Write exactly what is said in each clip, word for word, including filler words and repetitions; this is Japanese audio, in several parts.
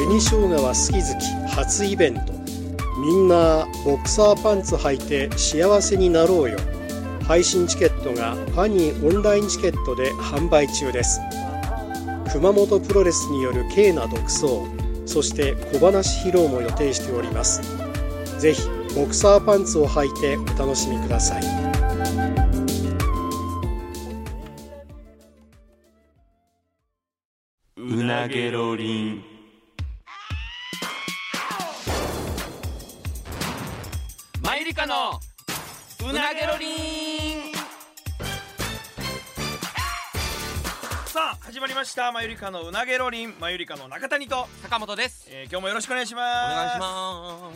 紅生姜は好き好き初イベント。みんなボクサーパンツ履いて幸せになろうよ。配信チケットがファニーオンラインチケットで販売中です。熊本プロレスによる軽な独走、そして小話披露も予定しております。ぜひボクサーパンツを履いてお楽しみください。 うなげろりん。マユリカのうなげろりん。 さあ始まりました、マユリカのうなげろりん。マユリカの中谷と坂本です、 えー、今日もよろしくお願いします。 お願いします。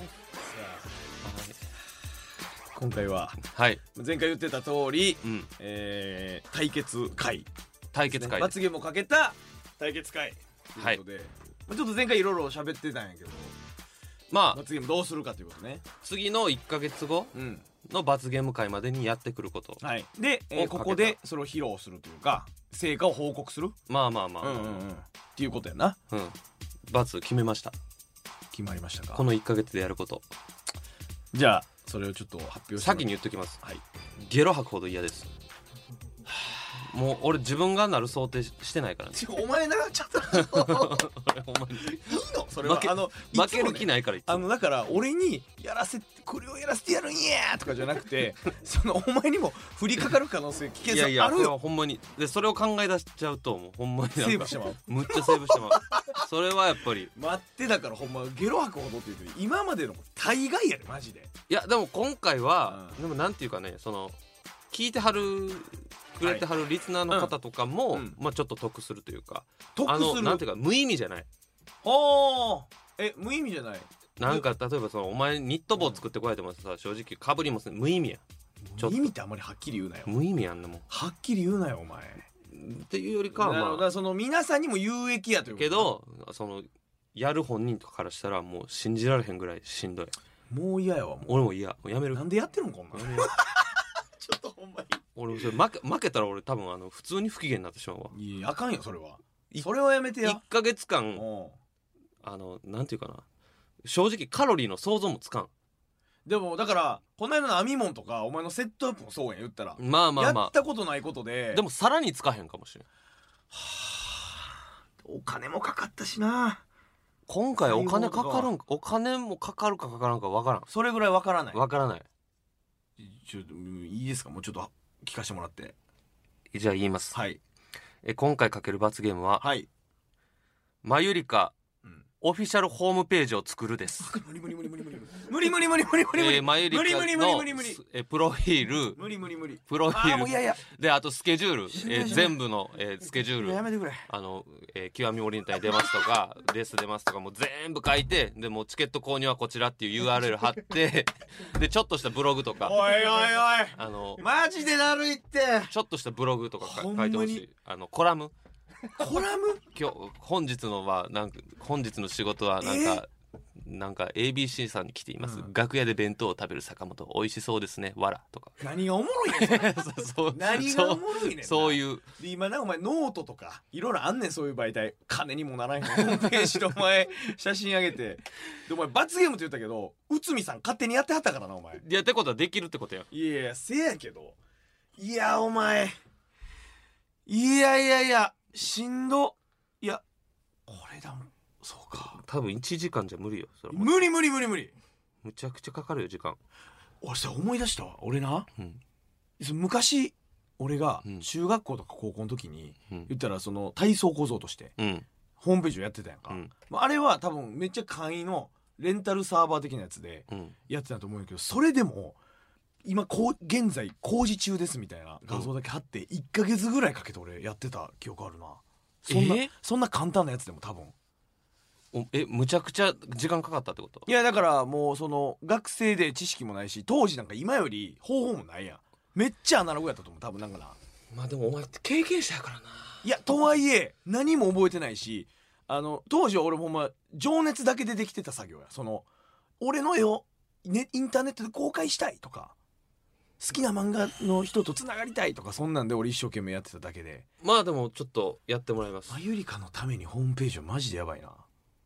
今回は、 はい、 前回言ってた通り、 うん、 えー、対決会対決会、 罰ゲームをかけた対決会ということで、 はい、 ちょっと前回いろいろ喋ってたんやけど、 まあ罰ゲームどうするかということね。 次のいっかげつごの罰ゲーム会までにやってくること、 はい、で、えー、ここでそれを披露するというか成果を報告する、 まあまあまあ、 うんうんうん、っていうことやな。 うん、罰決めました。 決まりましたか。 このいっかげつでやること。 じゃあそれをちょっと発表して先に言っときます、 はい、ゲロ吐くほど嫌です。もう俺自分がなる想定してないからね。 お前なちょっとお前いいのそれは。 負けあの負ける気ないからいつも。 あのだから俺にやらせこれをやらせてやるんやとかじゃなくてそのお前にも降りかかる可能性危険性あるよ。いやいやほんまにでそれを考え出しちゃうともうほんまにセーブしてまう。 むっちゃセーブしてまうそれはやっぱり待ってだからほんまゲロ吐くほどって言うと今までの大概やでマジで。 いやでも今回は、うん、でもなんていうかねその聞いてはるくれてはるリスナーの方とかも、はい、うん、まあちょっと得するというか、 得する、 あのなんていうか無意味じゃない。 ああえ無意味じゃない。 なんか例えばそのお前ニット帽作ってこられてもさ、正直かぶりも無意味や。 無意味ってあんまりはっきり言うなよ。 無意味やんなもん。 はっきり言うなよお前。 っていうよりかはまあだからその皆さんにも有益やというけどそのやる本人とかからしたらもう信じられへんぐらいしんどい。 もう嫌やわもう。 俺も嫌。もうやめる。 なんでやってるのこんなん。ちょっとほんまに俺それ負け、負けたら俺多分あの普通に不機嫌になってしまうわ。 いやあかんよそれは。それはやめてや。 いっかげつかんあのなんていうかな正直カロリーの想像もつかん。 でもだからこの間の編み物とかお前のセットアップもそうやん言ったら。 まあまあまあやったことないことで。 でもさらにつかへんかもしれん。 はあ、お金もかかったしな。 今回お金かかるんかお金もかかるかかからんかわからん。 それぐらいわからない。 わからない。 ちょっといいですかもうちょっと聞かせてもらって。 じゃあ言います。 はい。 え今回かける罰ゲームは、 はい、 マユリカ、うん、オフィシャルホームページを作るです。 無理無理無理無理無理無理無理無理無理無理無理無理マユリカのえプロフィール無理無理無理プロフィールあもういやいやであとスケジュール、えー、全部の、えー、スケジュールやめてくれ。 あの、えー、極みオリエンタに出ますとかレース出ますとかもう全部書いてでもうチケット購入はこちらっていう ユーアールエル 貼ってでちょっとしたブログとかおいおいおいあのマジでだるいってちょっとしたブログとか書いてほしい。あのコラムコラム今日本日のはなんか本日の仕事はなんか、えー、なんか エービーシー さんに来ています、うん、楽屋で弁当を食べる坂本美味しそうですねわらとか。 何がおもろいねんそう何がおもろいねんそういうで今なお前ノートとかいろいろあんねんそういう媒体金にもならへんホームページのお前写真上げてでお前罰ゲームって言ったけど内海さん勝手にやってはったからなお前。 やってことはできるってことや。 いやいやせやけどいやお前いやいやいやしんど。いやこれだもん。そうか多分いちじかんじゃ無理よそれ。 無理無理無理無理。 むちゃくちゃかかるよ時間。 俺さ思い出したわ俺な、 うん、 昔俺が中学校とか高校の時に、うん、言ったらその体操小僧として、うん、ホームページをやってたやんか、うん、あれは多分めっちゃ簡易のレンタルサーバー的なやつでやってたと思うんだけど、それでも今こう現在工事中ですみたいな画像だけ貼っていっかげつぐらいかけて俺やってた記憶あるな。そんな、えー、そんな簡単なやつでも多分えむちゃくちゃ時間かかったってこと？ いやだからもうその学生で知識もないし当時なんか今より方法もないやん。めっちゃアナログやったと思う多分なんかな。 まあでもお前って経験者やからな。 いやとはいえ何も覚えてないしあの当時は俺もま情熱だけでできてた作業や。その俺の絵を、ね、インターネットで公開したいとか好きな漫画の人とつながりたいとかそんなんで俺一生懸命やってただけで。 まあでもちょっとやってもらいます。 マユリカのためにホームページはマジでやばいな。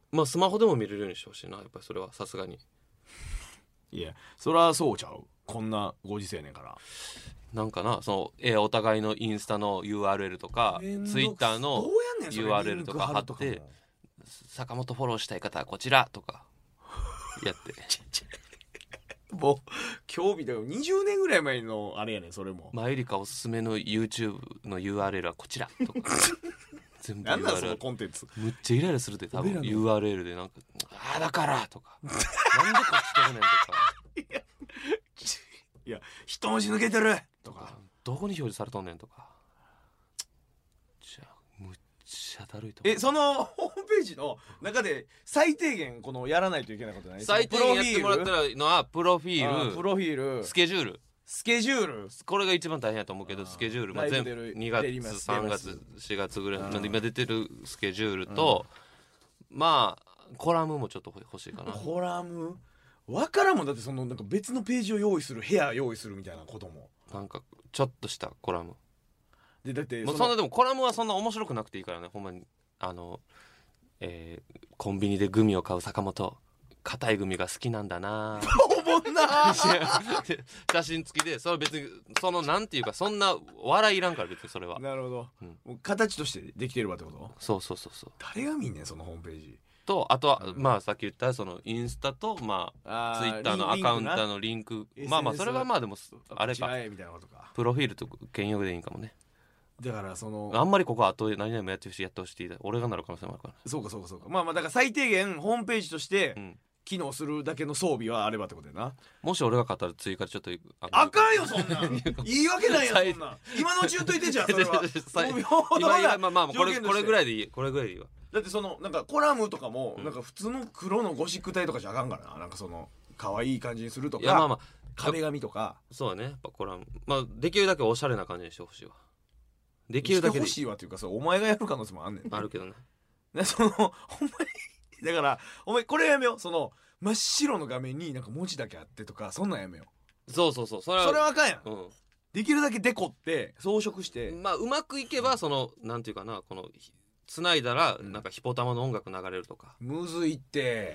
まあスマホでも見れるようにしてほしいな、やっぱりそれはさすがに。 いやそりゃそうちゃう、こんなご時世ねんから。 なんかな、そのえお互いのインスタの ユーアールエル とかツイッターの ユーアールエル とか貼って坂本フォローしたい方はこちらとかやってもう興味だよ、にじゅうねんぐらい前のあれやねんそれも。 マユリカおすすめの YouTube の ユーアールエル はこちらとか全部 ユーアールエル。 なんだそのコンテンツ。 むっちゃイライラするで多分 ユーアールエル でなんかああだからとかなんでこっち取るねんとかいや一文字抜けてるとかどこに表示されとんねんとか、じゃあむっちゃだるいと思う。えそのホームページの中で最低限このやらないといけないことない？ 最低限やってもらったらのはプロフィール、 プロフィール、 スケジュールスケジュールこれが一番大変やと思うけど、スケジュール、まあ、全部にがつさんがつしがつぐらいの今出てるスケジュールと、まあコラムもちょっと欲しいかな。 コラムわからんもんだって、そのなんか別のページを用意する、部屋用意するみたいなこともなんかちょっとしたコラムで、だってもうそんなでもコラムはそんな面白くなくていいからね、ほんまにあの、えー、コンビニでグミを買う坂本硬いグミが好きなんだなおもんな写真付きで、それ別にそのなんていうかそんな笑いいらんから別にそれは。 なるほど、 うん、 もう形としてできてるわってこと？ そうそうそうそう。 誰が見んねんそのホームページと、あとは、 うん、 まあさっき言ったそのインスタとまあツイッターのアカウントのリンク、まあまあそれはまあでもあれかみたいなことか、 プロフィールと兼用でいいんかもね。 だからそのあんまりここは後で何々もやってほしいやってほしい俺がなる可能性もあるから。 そうかそうかそうか、まあまあだから最低限ホームページとして、うん機能するだけの装備はあればってことやな。 もし俺が買ったら追加でちょっとあ, あかんよそんなん言い訳ないやそんなん今のうち言っといてじゃんそれは今今まあまあこれこれぐらいでいいこれぐらいでいいわ。 だってそのなんかコラムとかも、うん、なんか普通の黒のゴシック体とかじゃあかんからな。なんかその可愛い感じにするとか、いやまあまあ壁紙とかそうだね、やっぱコラムまあできるだけおしゃれな感じにしてほしいわ。できるだけでしてほしいわっていうか、それお前がやる可能性もあんねん、ね、 あるけどね。 でそのほんまにだからお前これやめよう、その真っ白の画面になんか文字だけあってとかそんなんやめよう。そうそうそう、それはそれはあかんやん、 うん、 できるだけデコって装飾して、 まあうまくいけばそのなんていうかな、この繋いだらなんかヒポタマの音楽流れるとか、 うん、むずいって。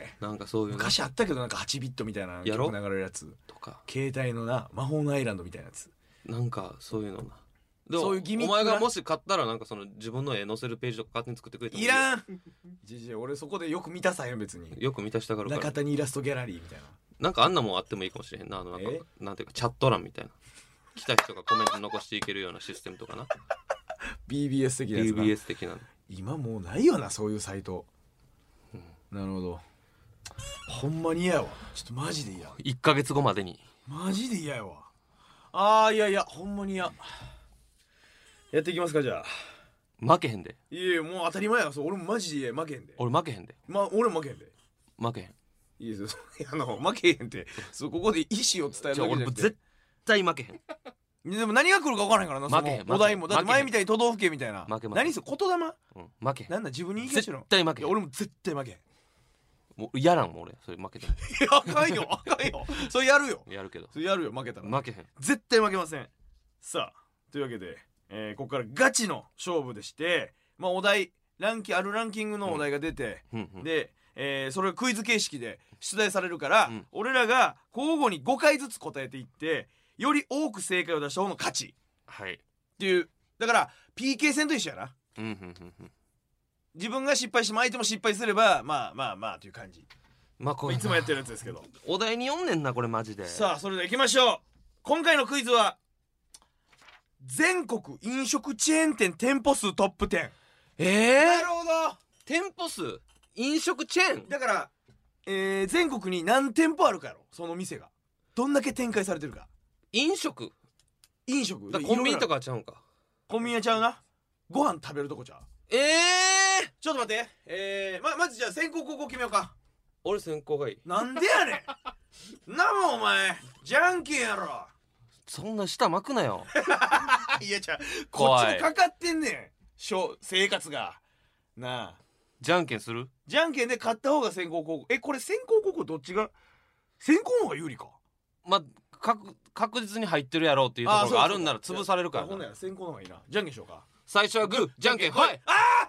なんかそういう昔あったけど、なんかはちビットみたいな曲流れるやつとか、携帯のな魔法のアイランドみたいなやつ、 なんかそういうのな。でもそういうギミックお前がもし買ったらなんかその自分の絵載せるページとか勝手に作ってくれてもいい。 いらんじじ俺そこでよく見たさよ、別によく見たしたから中谷イラストギャラリーみたいな、 なんかあんなもんあってもいいかもしれへんな。あのなんかなんていうかチャット欄みたいな、来た人がコメント残していけるようなシステムとかなビービーエス 的なやつな。 ビービーエス 的なの今もうないよなそういうサイト、うん、なるほど。ほんまに嫌やわ、ちょっとマジで嫌。 いっかげつごまでにマジで嫌やわ。あーいやいやほんまに嫌。やっていきますかじゃあ。 負けへんで。 いやいやもう当たり前や。そう俺もマジで負けへんで。 俺負けへんで。 ま俺も負けへんで。 負けへん。 いいですよあの負けへんってそうここで意思を伝えるだけじゃなくて、 俺も絶対負けへん。 でも何が来るか分からへんからな。 負けへん。 お題もだって前みたいに都道府県みたいな。 負け負け。 何する言霊、 うん、負けへん。 なんだ自分に言い返しろ。 絶対負けへん。 俺も絶対負けへん。 もうやらんもん俺それ負けても。 いやあかんよあかんよそれやるよ。 やるけどそれやるよ負けたら。 負けへん。 絶対負けません。さあというわけで、えー、ここからガチの勝負でして、まあお題ランキあるランキングのお題が出て、うんうん、で、えー、それがクイズ形式で出題されるから、うん、俺らが交互にごかいずつ答えていってより多く正解を出した方の勝ち。 はいっていう、だから ピーケー 戦と一緒やな、 うんうんうんうん、 自分が失敗しても相手も失敗すればまあまあまあという感じ。まあこういつもやってるやつですけどお題に読んねんなこれマジで。 さあそれではいきましょう。今回のクイズは全国飲食チェーン店店舗数トップじゅう。 えー、 なるほど。 店舗数飲食チェーンだから、えー、全国に何店舗あるかやろ、その店がどんだけ展開されてるか。 飲食飲食だコンビニとかちゃうんか。 コンビニはちゃうな。ご飯食べるとこちゃう。 ええー、 ちょっと待って、えー、ま, まずじゃあ先攻後攻決めようか。 俺先攻がいい。 なんでやねんなもんお前じゃんけんやろ。 そんな舌巻くなよいやじゃあこっちもかかってんねん生活がなあ。 じゃんけんする。 じゃんけんで勝った方が先攻後攻。えこれ先攻後攻どっちが先攻の方が有利か。 まあ確, 確実に入ってるやろうっていうところがあるんなら潰されるからな。 先攻の方がいいな。じゃんけんしようか。 最初はグーじゃんけんはい。 あ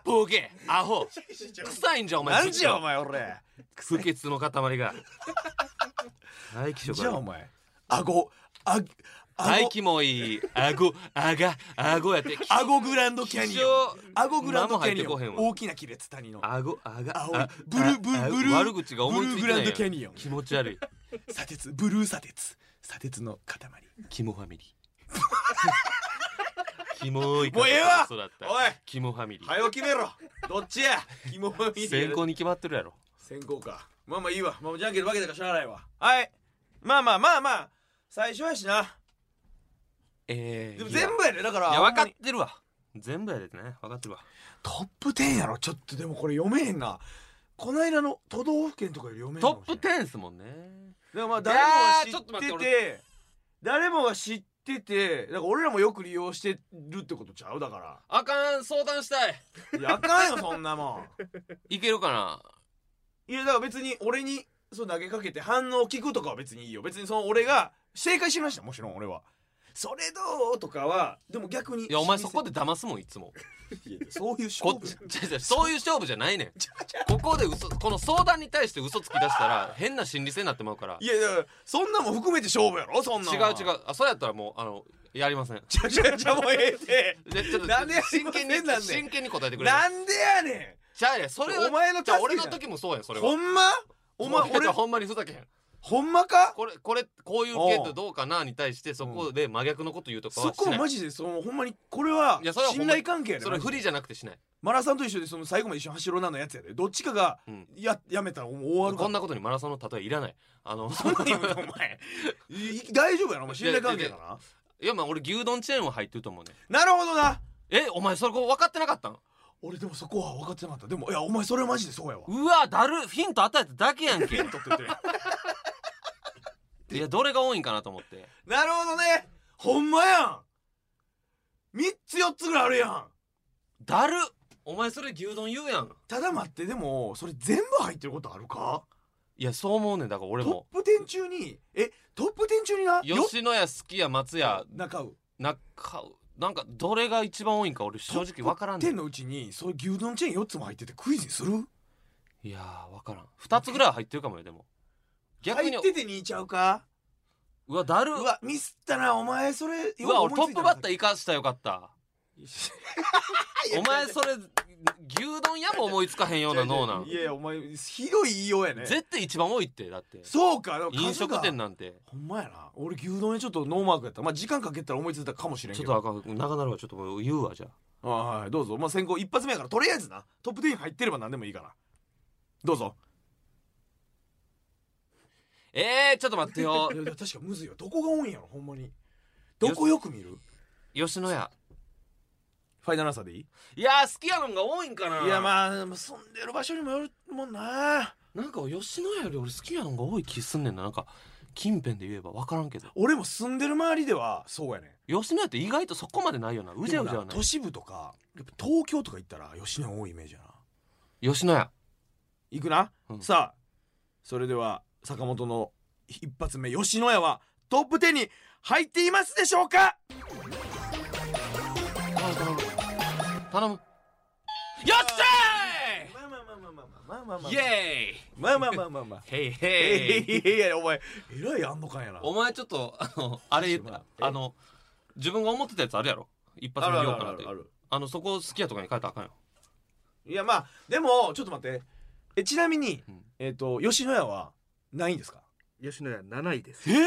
ボケアホ臭いんじゃお前なんじゃお前俺不潔の塊がはい気色じゃあお前顎あはいキモい顎あが顎やって顎グランドキャニオン顎グランドキャニオン大きな亀裂谷の顎あが青いブルブルブル悪口が思いついてないブルーグランドキャニオン気持ち悪い砂鉄ブルー砂鉄砂鉄の塊キモファミリーキモいもうええわそうだったおいキモファミリーはよ決めろどっちやキモファミリー先行に決まってるやろ先行かまあまあいいわもうじゃんけん負けたからしゃあないわはいまあまあまあまあ最初やしなえー、 でも全部やでだからいや分かってるわ全部やでってね分かってるわトップテンやろちょっとでもこれ読めへんなこの間の都道府県とかより読めへんトップテンっすもんねでもまあ誰もが知ちょっと待ってってて誰もが知っててだから俺らもよく利用してるってことちゃうだかあかん相談したいらいやあかんよそんなもんいけるかないやだから別に俺にそう投げかけて反応聞くとかは別にいいよ別にその俺が正解しましたもちろん俺はそれどうとかはでも逆にいやお前そこで騙すもんいつもいやそういう勝こ負ち違う違うそういう勝負じゃないねんここで嘘この相談に対して嘘つき出したら変な心理性になってまうからいやいやそんなもん含めて勝負やろそんなん違う違うあそうやったらもうあのやりませんちゃちゃちゃもうええってでちょっとなんでやりま真剣にせんなんねん真剣に答えてくれるなんでやねちゃうやんそれはお前の助けじゃんじゃあ俺の時もそうやんそれはんほんまお前俺ほんまにふざけへんほんまかこれこれこういう系ってどうかなに対してそこで真逆のこと言うとかそはしないこマジでそのほんまにこれはいやそれはほんまに信頼関係やでマジでそれ不利じゃなくてしないマラソンと一緒でその最後まで一緒に走ろうなのやつやでどっちかがうんややめたらもう終わるからこんなことにマラソンの例えいらないあのそんなにお前い大丈夫やろお前信頼関係だないやまあ俺牛丼チェーンは入ってると思うねなるほどなえお前それこ分かってなかったん俺でもそこは分かってなかったでもいやお前それマジでそうやわうわだるヒント与えただけやんけヒントって言ってるいやどれが多いんかなと思ってなるほどねほんまやんみっつよっつぐらいあるやんだるお前それ牛丼言うやんただ待ってでもそれ全部入ってることあるかいやそう思うねんだから俺もトップじゅう中にえトップじゅう中になよ吉野家好きや松屋中う中なんかどれが一番多いんか俺正直分からんねんトップじゅうのうちにそういう牛丼チェーンよっつも入っててクイズにするいやー分からんふたつぐらいは入ってるかもよでも逆に入っててにいちゃうかうわだるうわミスったなお前それうわ俺トップバッターー生かしたらよかったお前それ牛丼屋も思いつかへんような脳なんいやいやお前ひどい言いようやね絶対一番多いってだってそうかでも数が飲食店なんてほんまやな俺牛丼屋ちょっとノーマークやったまあ時間かけたら思いついたかもしれんけどちょっとあかん長なるわちょっともう言うわじゃああはいどうぞまあ先行一発目やからとりあえずなトップじゅう入ってれば何でもいいからどうぞえー、ちょっと待ってよいやいや確かむずいよどこが多いんやろほんまにどこよく見る吉野家ファイナルアンサーでいいいやー好きやのんが多いんかないやまあ住んでる場所にもよるもんななんか吉野家より俺好きやのんが多い気すんねんななんか近辺で言えば分からんけど俺も住んでる周りではそうやね吉野家って意外とそこまでないよなうじゃうじゃはない都市部とかやっぱ東京とか行ったら吉野家多いイメージやな吉野家行くな、 うんさあそれでは坂本の一発目吉野家はトップじゅうに入っていますでしょうか頼む頼む頼むよっしゃまあまあまあまあまあまあまあまあーイエまあまあまあまあまあーイヘイいヘイやいやいやお前えらいあんのかんやなお前ちょっとあのあれ言ったあの自分が思ってたやつあるやろ一発目言おうかなってあるあるあるあのそこ好きやとかに書いたらあかんよいやまあでもちょっと待ってえちなみに、 うんえっ、と吉野家はないんですか吉野家なないです。 ええー、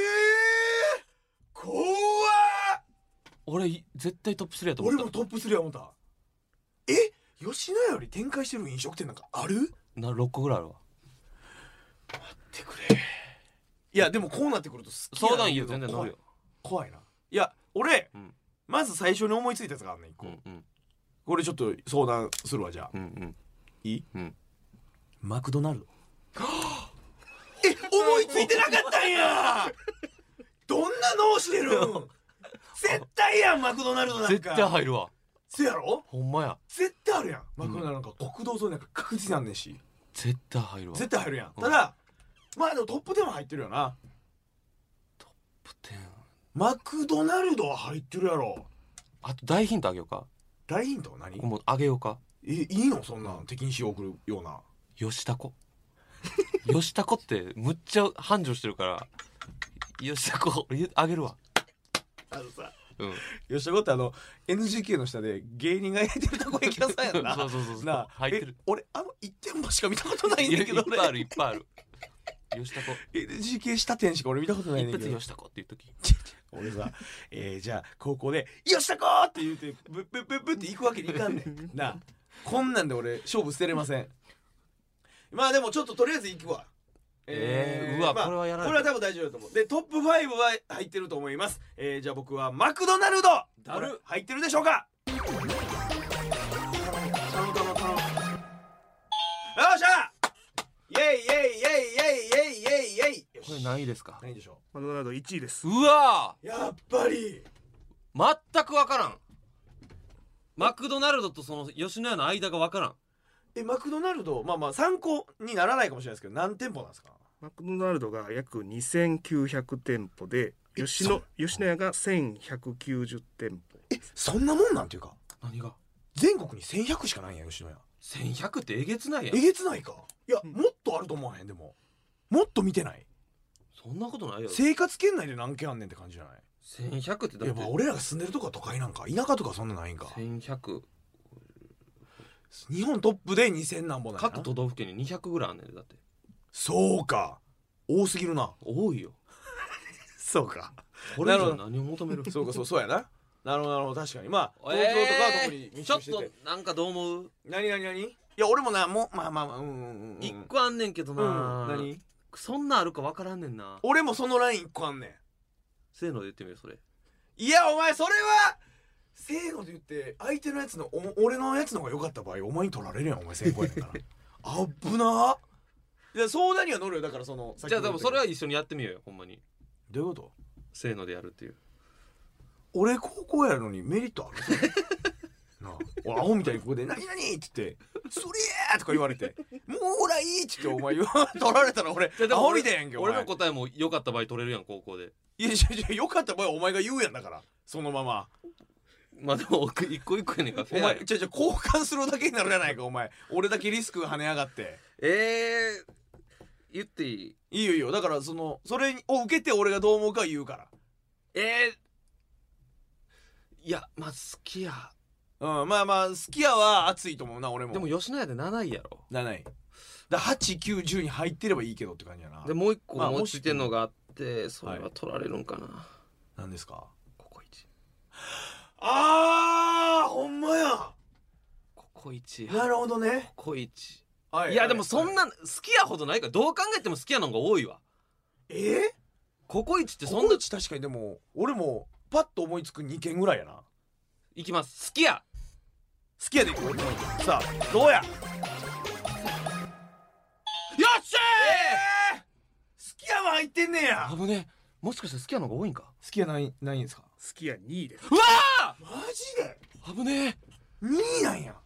怖っ俺絶対トップスリーやと思った俺もトップスリーは思ったえ吉野家より展開してる飲食店なんかあるなろっこぐらいあるわ待ってくれいやでもこうなってくると好きやな相談いいよ全然乗怖いるよ怖いないや俺、 うんまず最初に思いついたやつがあんねん一個、 うんうんこれちょっと相談するわじゃあ、 うんうんいい、 うん、 マクドナルドえ思いついてなかったんやどんな脳してるん絶対やんマクドナルドなんか絶対入るわせやろほんまや絶対あるやんマクドナルドなんか国道沿いなんか確実なんねんし絶対入るわ絶対入るやん、 うんただまあでもトップじゅうは入ってるよなトップじゅうマクドナルドは入ってるやろあと大ヒントあげようか大ヒントは何もうあげようかえいいのそんなん敵に塩送るような吉田子吉田子ってむっちゃ繁盛してるから吉田子あげるわ。 あのさ、 うん、 吉田子ってあの エヌジーケー の下で芸人が焼いてるたこ焼き屋さんやんなそうそうそうそうな入ってる。 俺あの一点もしか見たことないんだけどいっぱいあるいっぱいある吉田子エヌジーケー 下店しか俺見たことないんだけど一発吉田子っていう時俺さ、えー、じゃあ高校で「吉田子!」って言うてブッブッブッブッって行くわけにいかんねんなあこんなんで俺勝負捨てれません。まあでもちょっととりあえず行くわ。 えー、うわ、まあ、これはやらない。 これは多分大丈夫だと思う。でトップファイブは入ってると思います。えー、じゃあ僕はマクドナルドだる入ってるでしょうか。よっしゃイェイイェイイェイイェイイェイイェイイェイ。 これ何位ですか。 何でしょマクドナルドいちいです。 うわやっぱり全く分からん。マクドナルドとその吉野家の間が分からん。 えマクドナルドまあまあ参考にならないかもしれないですけど何店舗なんですか。 マクドナルドが約にせんきゅうひゃくてんぽで吉野吉野家がせんひゃくきゅうじゅってんぽ。 えそんなもんなんていうか何が全国にせんひゃくしかないんや吉野家。 せんひゃくってえげつないやん。 えげつないか。いや、うん、もっとあると思わへん。でももっと見てない。 そんなことないよ。 生活圏内で何件あんねんって感じじゃない。 せんひゃくってだって。 いやまあ俺らが住んでるとこは都会なんか田舎とかそんなないんか。 せんひゃく日本トップでにせんなんぼなんやな。 各都道府県ににひゃくぐらいあんねんだって。 そうか多すぎるな。 多いよそうかこれ以上何を求めるそうかそうそうやな。なるほどなるほど確かにまあ東京とかは特に密集してて、 えー、ちょっとなんかどう思う。 何何何いや俺もなもうまあまあまあうんうんうん一個あんねんけどな、 うん、何そんなあるか分からんねんな。 俺もそのライン一個あんねん。 せーので言ってみようそれ。 いやお前それはせーので言って相手のやつのお俺のやつの方が良かった場合お前に取られるやん。お前成功やねんからあっぶな。いや相談には乗るよ。だからそのじゃあでもそれは一緒にやってみようよほんまに。 どういうこと。 せーのでやるっていう。俺高校やるのにメリットあるなあ俺アホみたいにここで「何々!」って言って「それー!」とか言われて「もうほらいい!」って言ってお前取られたら俺アホみたいやんけ。 俺の答えも良かった場合取れるやん高校で。 いやいやいや良かった場合お前が言うやんだからそのまま。 まあでも一個一個やねんからフェア。 お前ちょちょ交換するだけになるじゃないかお前。俺だけリスク跳ね上がって。 えー、言っていい。 いいよいいよ。だからそのそれを受けて俺がどう思うか言うから。 えー、いやまあ好きや。 うんまあまあ好きやは熱いと思うな俺も。 でも吉野家でなないやろ。 なないだはちきゅうじゅうに入ってればいいけどって感じやな。 でもう一個思いついてんのがあってそれは取られるんかな、はい、 何ですか。 ココイチ。 あーほんまやココイチ。 なるほどねココイチ、 はい、 いやでもそんな好きやほどないからどう考えても好きやのが多いわ。 えー、 ココイチってそんな。 ココイチ確かにでも俺もパッと思いつくにけんぐらいやな。 いきます好きや好きやでいこう。さあどうや。よっしゃー、えー、好きやは入ってんねや。 危ねえ。もしかして好きやのが多いんか。 好きやないないんですか。 好きやにいです。 うわーマジで危ねえ。 にいなんや。よ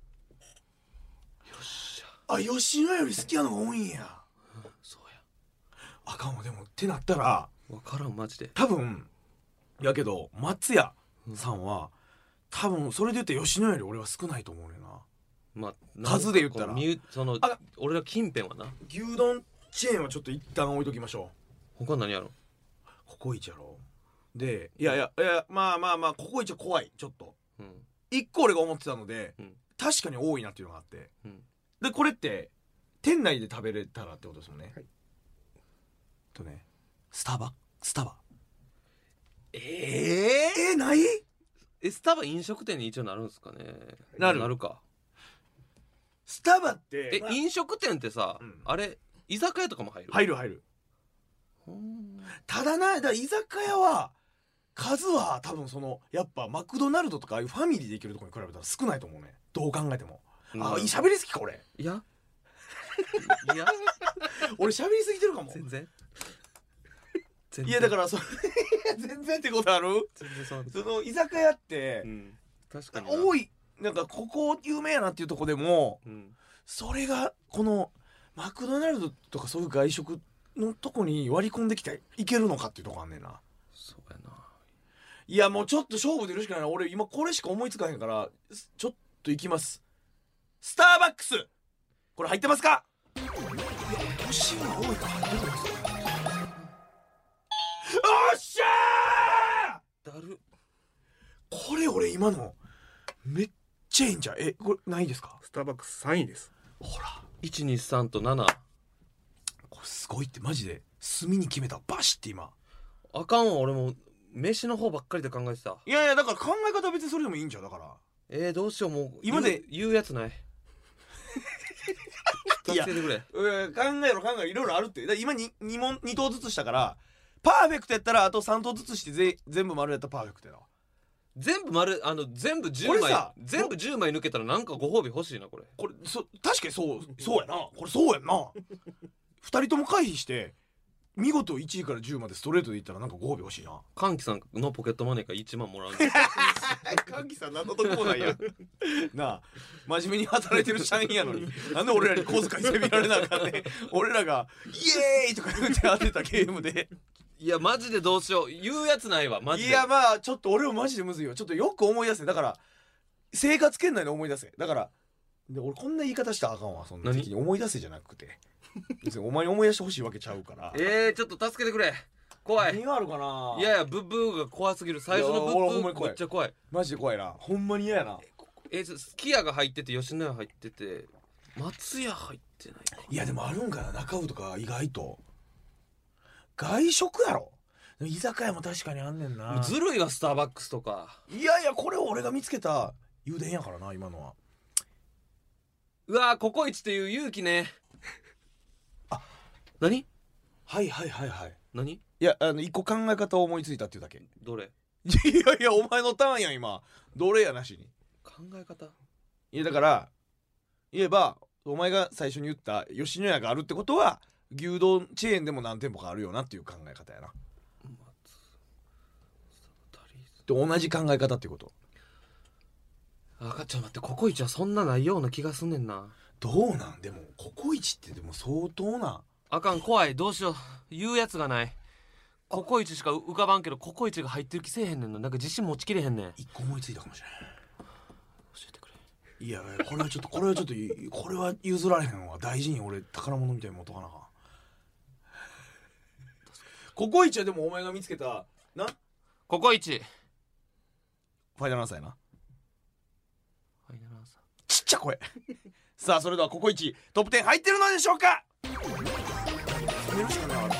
っしゃ。あ吉野より好きやのが多いんや、 うん、そうや。 あかんわ。でもってなったら分からんマジで。多分やけど松屋さんは、うん、多分それで言って吉野より俺は少ないと思うねんな。 まあ、 数で言ったらその俺ら近辺はな。 牛丼チェーンはちょっと一旦置いときましょう。他何やろ。 ココイチやろ。でいやいやいやまあまあまあココイチは怖いちょっと、うん、一個俺が思ってたので、うん、確かに多いなっていうのがあって、うん、でこれって店内で食べれたらってことですもんね、はい、とねスタバスタバえー、 えー、ないえスタバ飲食店に一応なるんですかね。 なるなるか。 スタバってえ、まあ、飲食店ってさ、うん、あれ居酒屋とかも入る入る入る。ただな、だから居酒屋は数は多分そのやっぱマクドナルドとかああいうファミリーで行けるところに比べたら少ないと思うね。どう考えても、うん、あ喋りすぎか俺。 いやいや俺喋りすぎてるかも。 全然いやだからそ全然ってことある。全然そうその居酒屋って、うん、確かに多い。なんかここ有名やなっていうとこでも、うん、それがこのマクドナルドとかそういう外食のとこに割り込んできていけるのかっていうとこあんねんな。 そうやな。 いやもうちょっと勝負出るしかないな。俺今これしか思いつかへんからちょっといきます。 スターバックスこれ入ってますか？いや都心は多いから入ってるんですよ。おっしゃーだる。 これ俺今のめっちゃいいんじゃん。えこれないですか？ スターバックスさんいです。 ほらいちにさんとなな。 これすごいってマジで隅に決めたバシって今。 あかんわ俺も飯の方ばっかりで考えてた。 いやいやだから考え方は別にそれでもいいんじゃん。だからえー、どうしようもう今で言う、言うやつない助けてくれ。 うん考えろ考えろいろいろあるって。だから今 2, 2, 問に答ずつしたからパーフェクトやったらあとさん答ずつしてぜ全部丸やったらパーフェクトやな。 全部丸あの全部じゅうまい全部じゅうまい抜けたらなんかご褒美欲しいなこれ。 これそ確かにそうそうやな。これそうやんなふたりとも回避して見事いちいからじゅうまでストレートでいったらなんかご褒美欲しいな。 歓喜さんのポケットマネーからいちまんもらう歓喜さん何のとこもないやんなあ真面目に働いてる社員やのになんで俺らに小遣いせびられなあかんねん俺らがイエーイとか言って当てたゲームでいやマジでどうしよう言うやつないわマジで。 いやまあちょっと俺もマジでむずいよ。ちょっとよく思い出せ。だから生活圏内で思い出せ。だからで俺こんな言い方したらあかんわ。そんな時に思い出せじゃなくて別にお前に思い出してほしいわけちゃうからえー、ちょっと助けてくれ怖い。 何があるかな。 いやいやブッブーが怖すぎる。最初のブいや俺ほんッブーまに怖いめっちゃ怖い。 マジで怖いな。ほんまに嫌やな。 えー、すき家が入ってて吉野家入ってて松屋入ってないか。 いやでもあるんかな中尾とか意外と外食やろ。居酒屋も確かにあんねんな。 ずるいわスターバックスとか。 いやいやこれ俺が見つけた油田やからな今のは。 うわーココイチっていう勇気ね。 あ何はいはいはいはい。 何いやあの一個考え方を思いついたっていうだけ。 どれいやいやお前のターンやん今。どれやなしに。 考え方。 いやだから言えばお前が最初に言った吉野家があるってことは牛丼チェーンでも何店舗かあるよなっていう考え方やな。で同じ考え方っていうこと。 あかちょっと待ってココイチはそんなないような気がすんねんな。 どうなんでもココイチってでも相当な。 あかん怖いどうしよう言うやつがない。ココイチしか浮かばんけどココイチが入ってる気せえへんねんな。なんか自信持ちきれへんねん。 一個思いついたかもしれない。 教えてくれ。 いやこれはちょっとこれはちょっとこれは譲られへんわ。大事に俺宝物みたいに持っとかなあかん。ココイチはでもお前が見つけたなココイチファイナルアンサーやな。 ファイナルアンサちっちゃ声さあそれではココイチトップじゅう入ってるのでしょうか。攻めるしかないわ。 ー。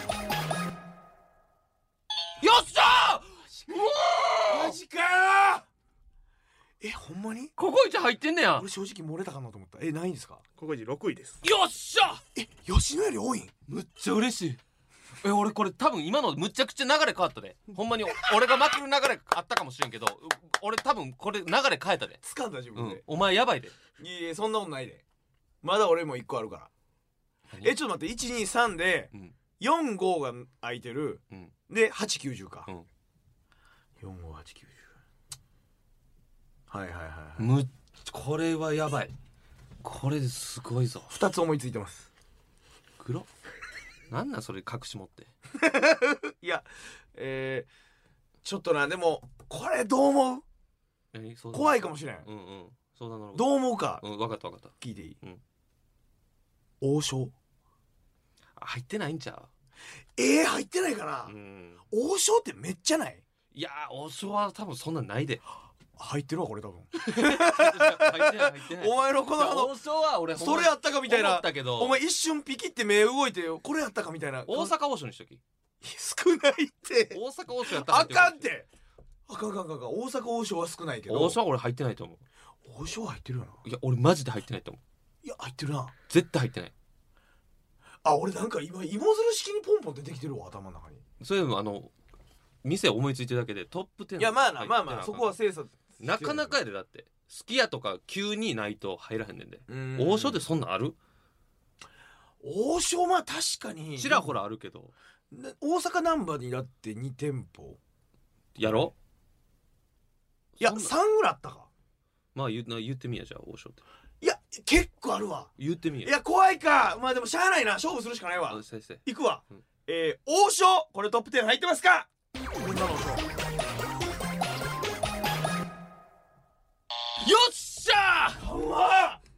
よっしゃー。 マジかー。えほんまにココイチ入ってんねや。 俺正直漏れたかなと思った。えないんですか。 ココイチろくいです。 よっしゃ。 え吉野より多いん。 むっちゃ嬉しい。え俺これ多分今のむちゃくちゃ流れ変わったで。ほんまに俺が負ける流れあったかもしれんけど俺多分これ流れ変えたで。 掴んだ自分で、 うん、お前やばいで。 いやいやそんなことないで。まだ俺もいっこあるから。えちょっと待っていちにさんで、うん、よんごが空いてる、うん、ではちきゅうじゅうか、うん、よんごはちきゅうじゅうはいはいはい、はい、 むこれはやばい。これすごいぞ。 ふたつ思いついてます。 黒なんなんそれ隠し持っていやえー、ちょっとなでもこれどう思う。 えそう怖いかもしれん。 うんうんそうだな。 どう思うか、 うん、分かった分かった。 聞いていい、うん、王将入ってないんちゃう。 えー、入ってないかな、うん、王将ってめっちゃない。 いや王将は多分そんなんないで。 入ってるわこれ多分入ってない入ってない。 お前のこのあの王将は俺それやったかみたいな。 思ったけどお前一瞬ピキって目動いてこれやったかみたいな。 大阪王将にしとき。 少ないって大阪王将やったらあかんってあかんあかんあかん。大阪王将は少ないけど王将は俺入ってないと思う。 王将入ってるよな。 いや俺マジで入ってないと思う。 いや入ってるな。 絶対入ってない。 あ俺なんか今芋づる式にポンポン出てきてるわ頭の中に。 それもあの店思いついてるだけでトップじゅう。 いやまあなまあまあそこは精査なかなかやで。だってすき家とか急にないと入らへんねんで。王将でそんなんある。 王将まあ確かにちらほらあるけど大阪難波にだってに店舗やろ。 いやさんぐらいあったか。 まあ言, 言ってみやじゃあ王将って。 いや結構あるわ。 言ってみや。 いや怖いか。まあでもしゃあないな。勝負するしかないわ。行くわ、うん、えー、王将これトップじゅう入ってますか。みんなの王将よっしゃー。 うわ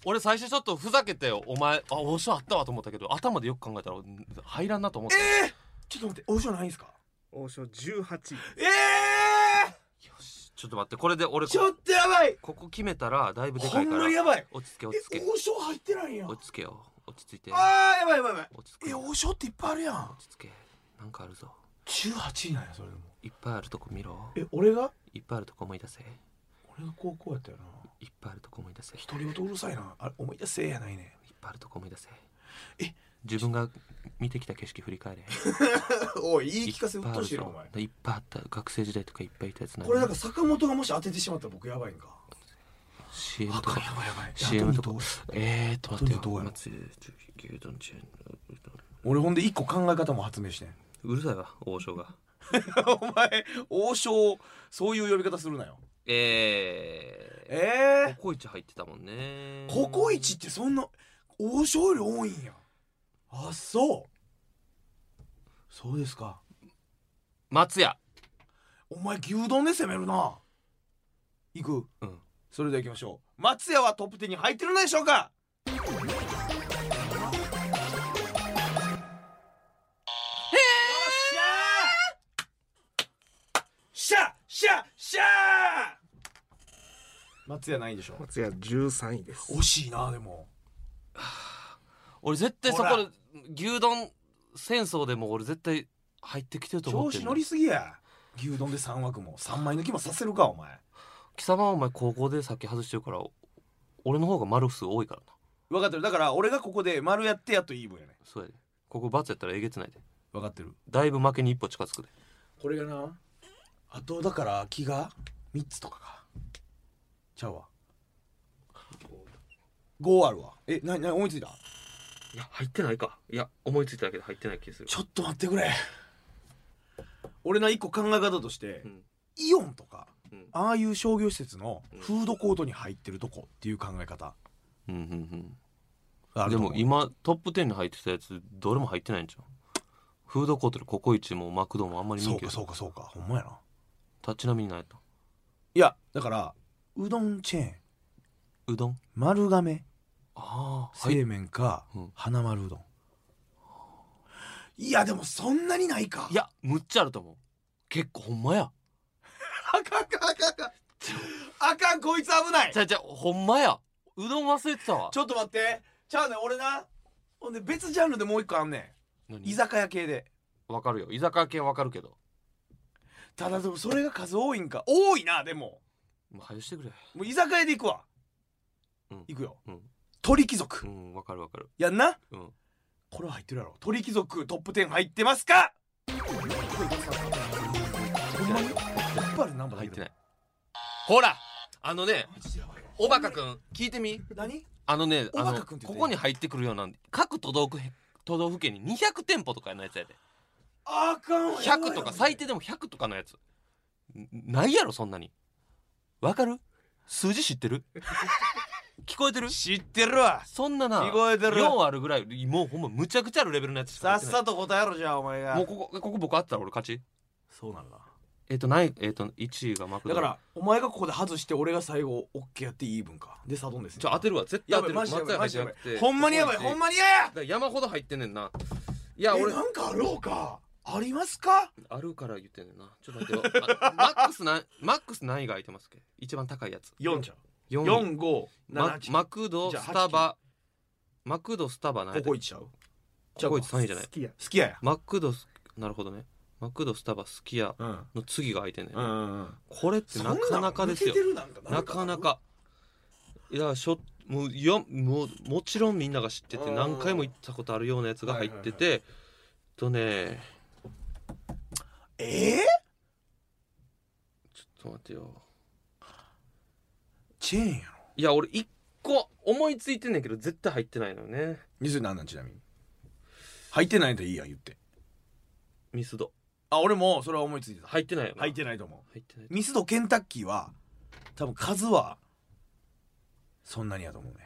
俺最初ちょっとふざけてお前あ王将あったわと思ったけど頭でよく考えたら入らんなと思って。 えー、ちょっと待って王将ないんすか。 王将じゅうはちい。 えー、 よしちょっと待ってこれで俺ちょっとやばい。 ここ決めたらだいぶでかほいからんまにやばい。 落ち着け落ち着けえ王将入ってないんや。 落ち着けよ落ち着いて。 あーやばいやばいやばい。 落ち着けえ王将っていっぱいあるやん。 落ち着けなんかあるぞ。 じゅうはちいなんやそれでも。 いっぱいあるとこ見ろ。 え俺がいっぱいあるとこ思い出せ。 俺が高校やったよな。 いっぱいあるとこ思い出せ。 独り言うるさいな。あれ思い出せやないね。 いっぱいあるとこ思い出せ。 え自分が見てきた景色振り返れ。 おい言い聞かせうっとうしいなお前。 いっぱいあった学生時代とかいっぱいいたやつな。 これなんか坂本がもし当ててしまったら僕やばいんか。 シーエム とかあかんやばいやばい。 シーエム とかえーっと待ってよ。 どうやろ松井牛丼チェーン俺ほんで一個考え方も発明してん。 うるさいわ王将が。 お前王将そういう呼び方するなよ。 えーえココイチ入ってたもんね。 ー、ココイチってそんな王将より多いんや。あそうそうですか。 松屋。 お前牛丼で攻めるな。行く。 うんそれでは行きましょう。松屋はトップじゅうに入ってるのでしょうか。シャシャシャ松屋ないでしょ。 松屋じゅうさんいです。 惜しいな。でも俺絶対そこで牛丼戦争でも俺絶対入ってきてると思ってんの。 調子乗りすぎや。牛丼でさん枠もさんまい抜きもさせるかお前。 貴様はお前高校でさっき外してるから俺の方が丸数多いからな。 分かってる。だから俺がここで丸やってやっといい分やね。 そうやでここ罰やったらえげつないで。 分かってる。 だいぶ負けに一歩近づくで。 これがなあとだから気がみっつとかかちゃうわ。ごあるわ。えなな思いついた。 いや入ってないか。いや思いついただけで入ってない気がする。 ちょっと待ってくれ。俺の一個考え方として、 うんイオンとか、 うん、 ああいう商業施設のフードコートに入ってるとこっていう考え方、 うんうんあると思う。 うんでも今トップじゅうに入ってたやつどれも入ってないんじゃん。フードコートでココイチもマクドもあんまり見そうんけど。 かそうかそうかほんまやな。 たちなみにないと。 いやだからうどんチェーンうどん丸亀ああ製麺か、 うん花丸うどん。いやでもそんなにないか。 いやむっちゃあると思う。結構ほんまや。 あかんあかんあかんあかんあかんこいつ危ない。 じゃあじゃあほんまや。うどん忘れてたわ。 ちょっと待ってちゃうねん俺な。ほんで別ジャンルでもう一個あんねん。 何居酒屋系で。 わかるよ居酒屋系わかるけど。 ただでもそれが数多いんか。多いな。でももう早してくれ。 もう居酒屋で行くわ、 うん、 行くよ、 うん、 鳥貴族、 うんわかるわかる。 やんな、 うんこれは入ってるやろ。鳥貴族トップじゅう入ってますか。ほんまにいっぱいある。ナンバー入ってない。ほらあのねおばかくん聞いてみ。 何あのねあのおばかくんって言ってんのここに入ってくるような各都道府都道府県ににひゃくてんぽとかのやつやで。 あかんひゃくとか最低でもひゃくとかのやつないやろそんなに。わかる？数字知ってる？聞こえてる？ 知ってるわ。 そんなな聞こえてる。 よんあるぐらいもうほんまむちゃくちゃあるレベルのやつしか入ってない。 さっさと答えろじゃあお前が。 もうここここ僕あったら俺勝ち。 そうなんだ。 えっとないえっといちいがマクド。 だからお前がここで外して俺が最後オッケーやってイーブンかでサドンですね。 じゃあ当てるわ絶対当てる。 やばいマジでやばいマジでやばい。ほんまにやばいほんまにやだから山ほど入ってんねんな。いや俺えなんかあろうかありますか。 あるから言ってんねんな。ちょっと待ってよあマックスなマックス何位が空いてますっけ。一番高いやつよんじゃん。 よんよんごななはちマクドスタバマクドスタバないココイチちゃう。 ココイチさんいじゃない。 好きや。 好きやや。 マクドなるほどね。マクドスタバすき家うんの次が空いてんねん、 うんうんうん。 これってなかなかですよ。なかなかいやしょもうよもうもちろんみんなが知ってて何回も行ったことあるようなやつが入ってて、はいはいはい、とねえー、 ちょっと待ってよ。 チェーンやろ。 いや俺一個思いついてんねんけど絶対入ってないのよね。 ミスなんなんちなみに入ってないんでいいやん言って。 ミスド。 あ俺もそれは思いついてた。 入ってないよな。 入ってないと思う。 入ってない。 ミスドケンタッキーは多分数はそんなにやと思うね。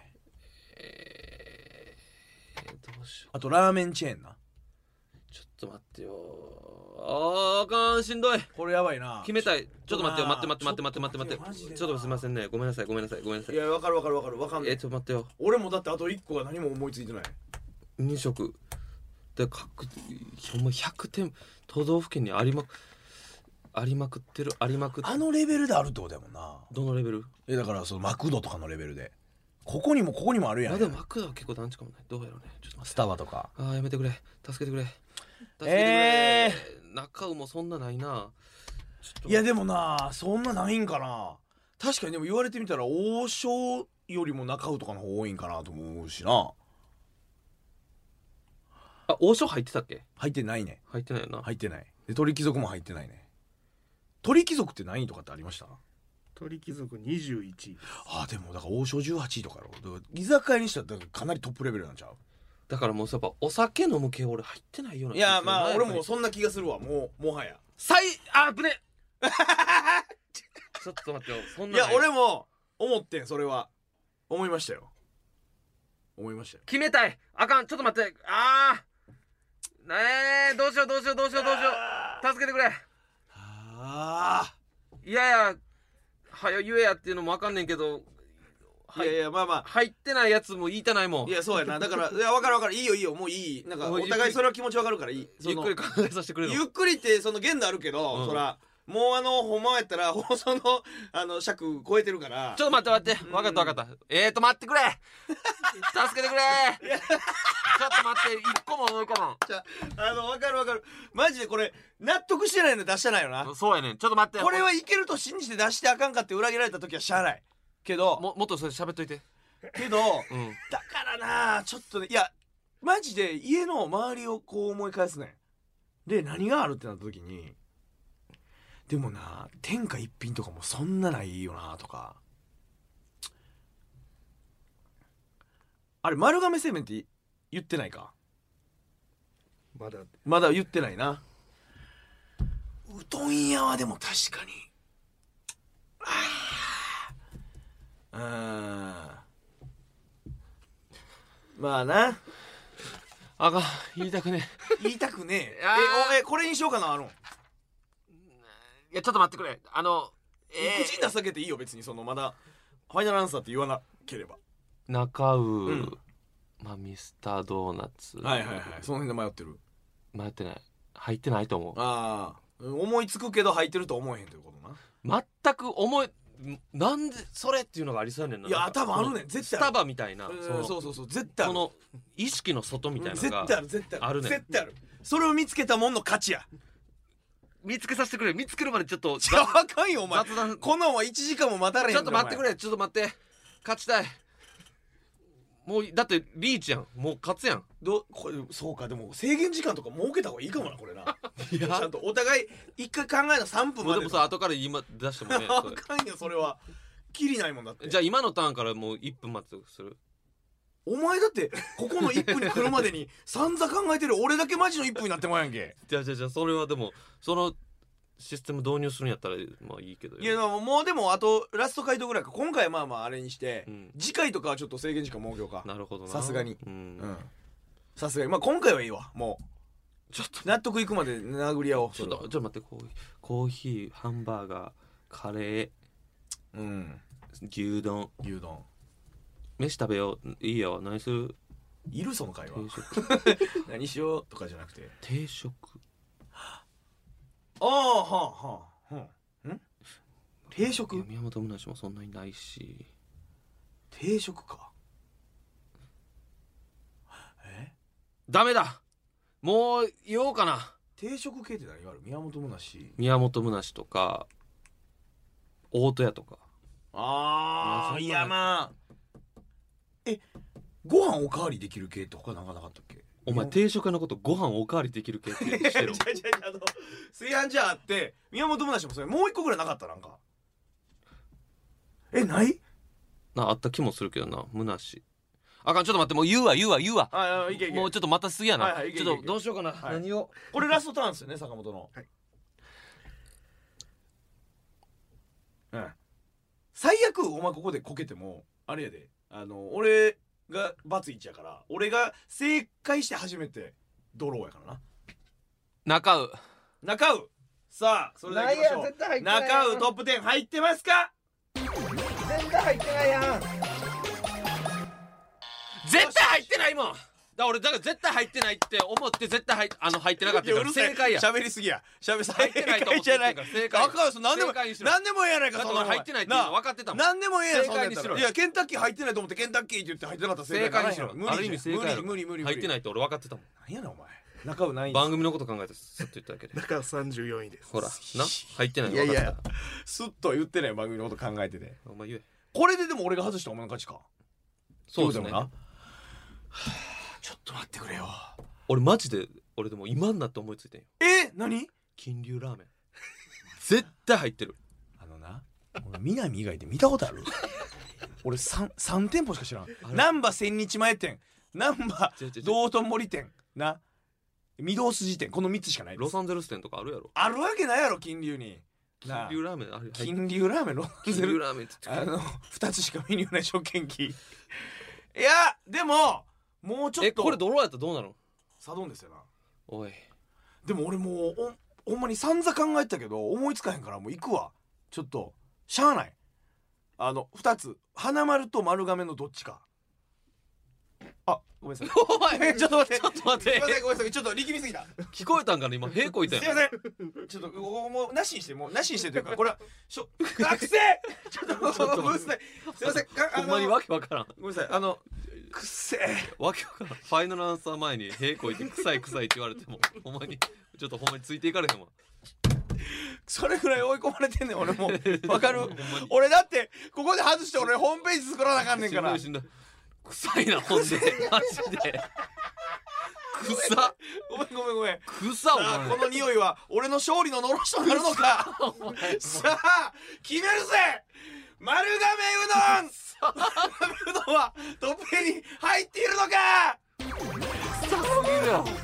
えー、どうしよう。 あとラーメンチェーンな。 ちょっと待ってよ。 あーあかんしんどいこれやばいな。 決めたい。ちょっと待ってよ待って待って待って待って待って待って待ってちょっとすいませんねごめんなさいごめんなさいごめんなさい。 いやわかるわかるわかるわかんない。 えちょっと待ってよ。 俺もだってあといっこが何も思いついてない。 に食で各ほんまひゃくてん都道府県にありまありまくってるありまくってあのレベルであるってことやもんな。 どのレベル？ えだからそのマクドとかのレベルでここにもここにもあるやん。 まあでもマクドは結構団地かもないどうやろうね。ちょっと待ってスタバとか。 あーやめてくれ助けてくれ助けてくれ、 えー、中尾もそんなないな。 いやでもなそんなないんかな。確かにでも言われてみたら王将よりも中尾とかの方多いんかなと思うしな。 あ王将入ってたっけ？ 入ってないね。 入ってないよな。 入ってないで鳥貴族も入ってないね。鳥貴族って何位とかってありました？ 鳥貴族にじゅういちい。 あでもだから王将じゅうはちいとかやろ。だから居酒屋にしたらかなりトップレベルなんちゃう？ だからもうやっぱお酒飲む系俺入ってないような。 いやまあ俺もそそんな気がするわ。もうもはや最あぶねちょっと待ってよそんないや俺も思ってん。それは思いましたよ思いましたよ。 決めたい。あかんちょっと待ってあーえー、どうしようどうしようどうしようどうしよう助けてくれ。 あいやいやはよ言えやっていうのもわかんねんけどあいやいやまあまあ入ってないやつも言いたないもん。 いやそうやな。だからいや分かる分かるいいよいいよもういい。なんかお互いそれは気持ち分かるからいい。 ゆっくり考えさせてくれるの。 ゆっくりってその限度あるけど、うん、そらもうあのほんまやったら放送のあの尺超えてるから。 ちょっと待って待って分かった分かった。えーと待ってくれ助けてくれちょっと待って一個も思い浮かばん。 じゃあの分かる分かるマジでこれ納得してないの出してないよな。 そうやねんちょっと待ってこれはいけると信じて出してあかんかって裏切られた時はしゃあないけどももっとそれ喋っといてけど、うん、だからなちょっとねいやマジで家の周りをこう思い返すねん。で何があるってなった時にでもな天下一品とかもそんなないよなとか。あれ丸亀製麺って言ってないか。 まだまだ言ってないな。うどん屋はでも確かにあうんまあなあかん言いたくねえ言いたくねえあえおえこれにしようかな。あのいやちょっと待ってくれあのえー、口に出すだけでいいよ別に。そのまだファイナルアンサーって言わなければ。 中尾、 うん、 まあミスタードーナツはいはいはいその辺で迷ってる。 迷ってない入ってないと思う。 ああ思いつくけど入ってると思えへんということな。全く思いなんでそれっていうのがありそうやねんな。 いや多分あるねん絶対スタバみたいな、 そのそうそうそう絶対ある。 その意識の外みたいなのが絶対ある絶対あるあるねん。 絶対ある。それを見つけたもんの価値や。 見つけさせてくれ。見つけるまでちょっとじゃああかんよお前。 雑談こんなんはいちじかんも待たれへん。 ちょっと待ってくれちょっと待って勝ちたい。もうだってリーチやんもう勝つやん。 どこれそうかでも制限時間とか設けた方がいいかもなこれな。 いやちゃんとお互い一回考えなさんぷんまで。 もうでもさ後から今出してもねあかんよそれは。きりないもんだって。 じゃあ今のターンからもういっぷん待つとする。 お前だってここのいっぷんに来るまでに散々考えてる。俺だけマジのいっぷんになってまうやんけ。 じゃあじゃあじゃあそれはでもそのシステム導入するんやったらまあいいけど。 いやもうでもあとラスト回答ぐらいか。今回はまあまああれにして、うん、次回とかはちょっと制限時間設けようか。 なるほどな。 さすがにうんさすがにまあ今回はいいわ。もうちょっと納得いくまで殴り合おう。 ちょっとちょっと待ってコーヒーコーヒーハンバーガーカレーうん牛丼牛丼飯食べよう。いいよ何する。 いるその会話。 定食何しようとかじゃなくて定食。 ああはあはあ、うん、ん定食。 宮本むなしもそんなにないし定食か。えダメだもう言おうかな。 定食系って何がある。宮本むなし宮本むなしとか大戸屋とか。 ああいやまあえご飯おかわりできる系って他なんかなかったっけ。 お前定食屋のことご飯おかわりできる系ってしてる。 じゃじゃじゃあの炊飯ジャーあって宮本むなしもそれもう一個ぐらいなかった。なんかえないなあった気もするけどな。むなしあかんちょっと待ってもう言うわ言うわ言うわ。 ああいけいけもうちょっとまたすぎやな、 はいはい、いけいけちょっとどうしようかな、 はい、 何をこれラストターンですよね坂本の、 はいうん、最悪お前ここでこけてもあれやであの俺がバツいちやから俺が正解して初めてドローやからな。 中尾中尾さあそれでは行きましょう。中尾トップじゅう入ってますか？ 絶対入ってないやん。 絶対入ってないもん。だ俺だから絶対入ってないって思って絶対入あの入ってなかったから正解や。 喋りすぎや。喋入ってないと思ってじゃない。 正解。 赤尾さん何でも何でもええやないか。 だって俺入ってないって分かってたもん。 何でもええやん。 正解にしろ。 いやケンタッキー入ってないと思ってケンタッキーって言って入ってなかったら正解にしろ。ある意味正解やろ。 無理無理無理。 入ってないって俺分かってたもん。 何やねんお前。中尾ない番組のこと考えてすっと言っただけで。 中尾さんじゅうよんいです。 ほらな入ってないのいやい分かってた。 やすっと言ってない番組のこと考えてて。 お前言え。 これででも俺が外したお前の勝ちか。 そうですね。 ちょっと待ってくれよ。 俺マジで俺でも今になって思いついてんよ。 え何？ 金龍ラーメン絶対入ってる。 あのな俺南以外で見たことある？俺 3, 3店舗しか知らん。難波千日前店、難波道頓堀店な、御堂筋店、このみっつしかないです。 ロサンゼルス店とかあるやろ。 あるわけないやろ金龍に。 金龍ラーメンある。 金龍ラーメンロサンゼル金龍ラーメンって言ってあのふたつしかメニューない食券機。いやでももうちょっと。 えこれドローやったらどうなの？ サドンですよな。 おいでも俺もうおほんまに散々考えてたけど思いつかへんからもう行くわ。ちょっとしゃあない。あのふたつ花丸と丸亀のどっちか。あごめんなさい。 お前ちょっと待ってちょっと待ってすいませんごめんなさいちょっと力みすぎた。 聞こえたんかな今平行いたよ。 すいませんちょっともうもうなしにしてもうなしにしてというかこれはしょ学生ちょっともうちょっとごめんなさいすいませんかあのほんまにわけわからん。 ごめんなさいあのくっせえわけわからん。ファイナルアンサー前に平行いて臭い臭いって言われてもほんまにちょっとほんまについていかれへんわ。 それぐらい追い込まれてんねん俺もわかる。俺だってここで外して俺ホームページ作らなあかんねんから。 しんどいしんどい臭いなほんでマジで臭っ。 ごめんごめんごめん。 臭っおさあ前。 この匂いは俺の勝利ののろしとなるのかさあ決めるぜ。丸亀うどん丸亀うどんはトップじゅうに入っているのか。 臭すぎるよ。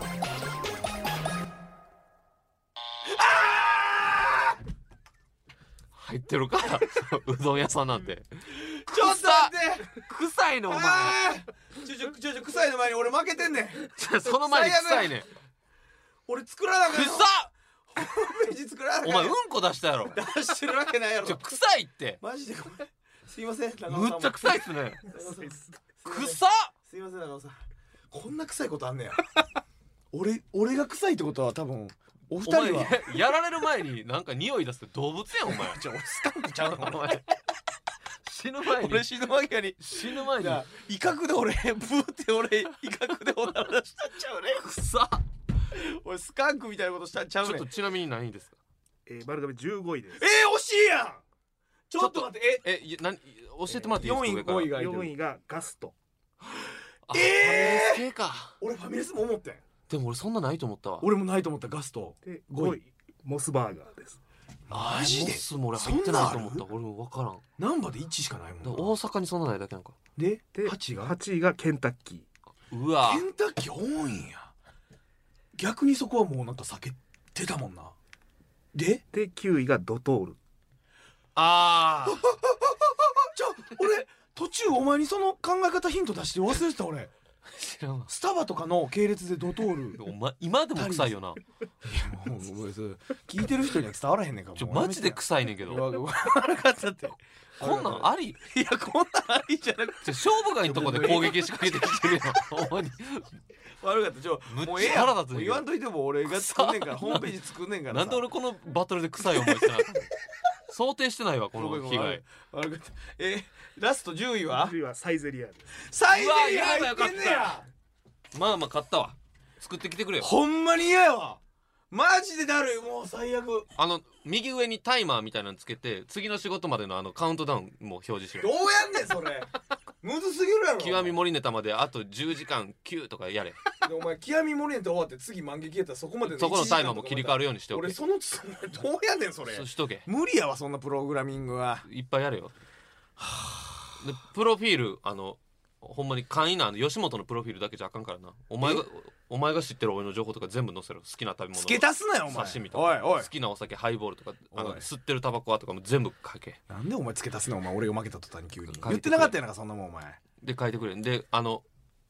入ってるかうどん屋さんなんて。 ちょっと待って臭いのお前。 あーちょちょちょちょ臭いの前に俺負けてんねん。 その前に臭いねん。 俺作らなあかんよ。 臭っ。 ホームページ作らなあかんよ。 お前うんこ出したやろ。 出してるわけないやろ。 ちょ臭いって。 マジでごめん。すいません。 むっちゃ臭いっすね。臭っ。 すいません長尾さん。こんな臭いことあんねや。俺俺が臭いってことは多分お二人はお前 や, やられる前になんか匂い出すって動物やんお前。 じゃ俺スカンクちゃうのお前死ぬ前に俺死ぬ間際に死ぬ前に威嚇で俺ブーって俺威嚇でおならしたんちゃうね。 臭っ。 俺スカンクみたいなことしたんちゃうね。 ちょっとちなみに何位ですか？ えー、丸亀じゅうごいです。 えー、惜しいやん。ちょっと待ってええいや何教えてもらっていいですか？ よんい上からごいがよんいがガスト。 あえーファミレス系か。 俺ファミレスも思ってん。 でも俺そんなないと思ったわ。 俺もないと思ったガストでごいごいモスバーガーです。 マジでモスも俺入ってないと思った。俺も分からん。 難波でいちしかないもんな。 だから大阪にそんなないだけなんか。 でではちいがはちいがケンタッキうわケンタッキー多いんや。逆にそこはもうなんか避けてたもんな。でーできゅういがドトール。 あーじゃあ俺途中お前にその考え方ヒント出して忘れてた俺。 知らんわ。 スタバとかの系列でドトールお前今でも臭いよな。 いやもうごめんそれ聞いてる人には伝わらへんねんから。 ちょマジで臭いねんけど。 悪かったって。 こんなんあり？ いやこんなんありじゃなくてじゃ勝負外のとこで攻撃仕掛けてきてるやん。お前に悪かった。ちょむっちゃもうええやん腹立つねんけどもう言わんといても俺が作んねんからホームページ作んねんからさ。 なんで俺このバトルで臭い思いしてなかったの？想定してないわこごめんごめんの被害。 悪かった。えラストじゅういはじゅういはサイゼリアです。 サイゼリアうわ言えばよかった入ってんねや。 まあまあ買ったわ。作ってきてくれよ。 ほんまに嫌やわ。マジでだるいもう最悪。 あの右上にタイマーみたいなのつけて次の仕事までのあのカウントダウンも表示しろどう。やんねんそれ。むずすぎるやろ。 極み森ネタまであとじゅうじかんきゅうとかやれ。 でお前極み森ネタ終わって次満劇やったらそこまでそこのタイマーもいちじかんとか切り替わるようにしておけ。 俺そのつどうやんねんそれ。 そうしとけ。 無理やわそんなプログラミングは。 いっぱいやれよ。でプロフィールあのほんまに簡易なあの吉本のプロフィールだけじゃあかんからな。お前がお前が知ってる俺の情報とか全部載せろ。好きな食べ物付け足すなよお前。 刺身とかおいおい好きなお酒ハイボールとかあのおい吸ってるタバコはとかも全部書け。 なんでお前付け足すなお前俺が負けた途端に急にて言ってなかったやなかそんなもんお前。 で書いてくれ。であの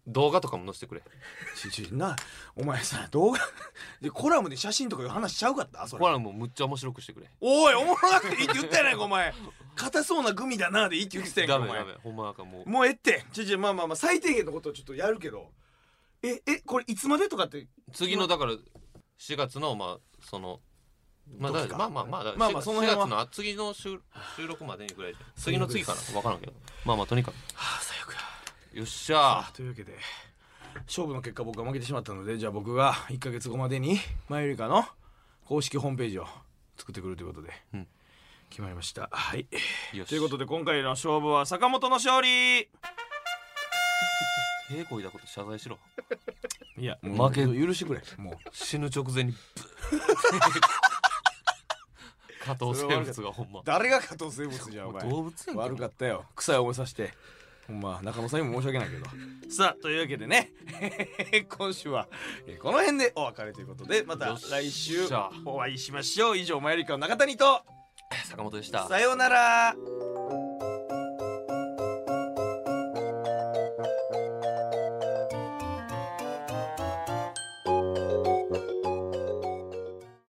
動画とかも載せてくれ。 ちちなお前さ動画でコラムで写真とかいう話しちゃうかったそれ。 コラムもむっちゃ面白くしてくれ。 おいおもろなくていいって言ったやないかお前。硬そうなグミだなでいいって言ってたやんかお前。 ダメダメほんまなんかもうもうええってちょちょまあまあまあ最低限のことをちょっとやるけどええこれいつまでとかって次のだからしがつのまあそのまあだまあまあまあまあまあその辺はしがつの次の収収録までにぐらいじゃん。次の次かな分からんけどまあまあとにかくはあ最悪や。 よっしゃというわけで勝負の結果僕は負けてしまったのでじゃあ僕がいっかげつごまでにマユリカの公式ホームページを作ってくるということで、うん、決まりました。はいよしということで今回の勝負は坂本の勝利。 へえこいだこと謝罪しろ。 いやもう負け許してくれ。もう死ぬ直前に加藤生物がほんま誰が加藤生物じゃんお前。 動物やん悪かったよ臭い思いさせてほんま中野さんにも申し訳ないけどさあというわけでね今週はこの辺でお別れということでまた来週お会いしましょう。以上マユリカの中谷と坂本でした。 さようなら。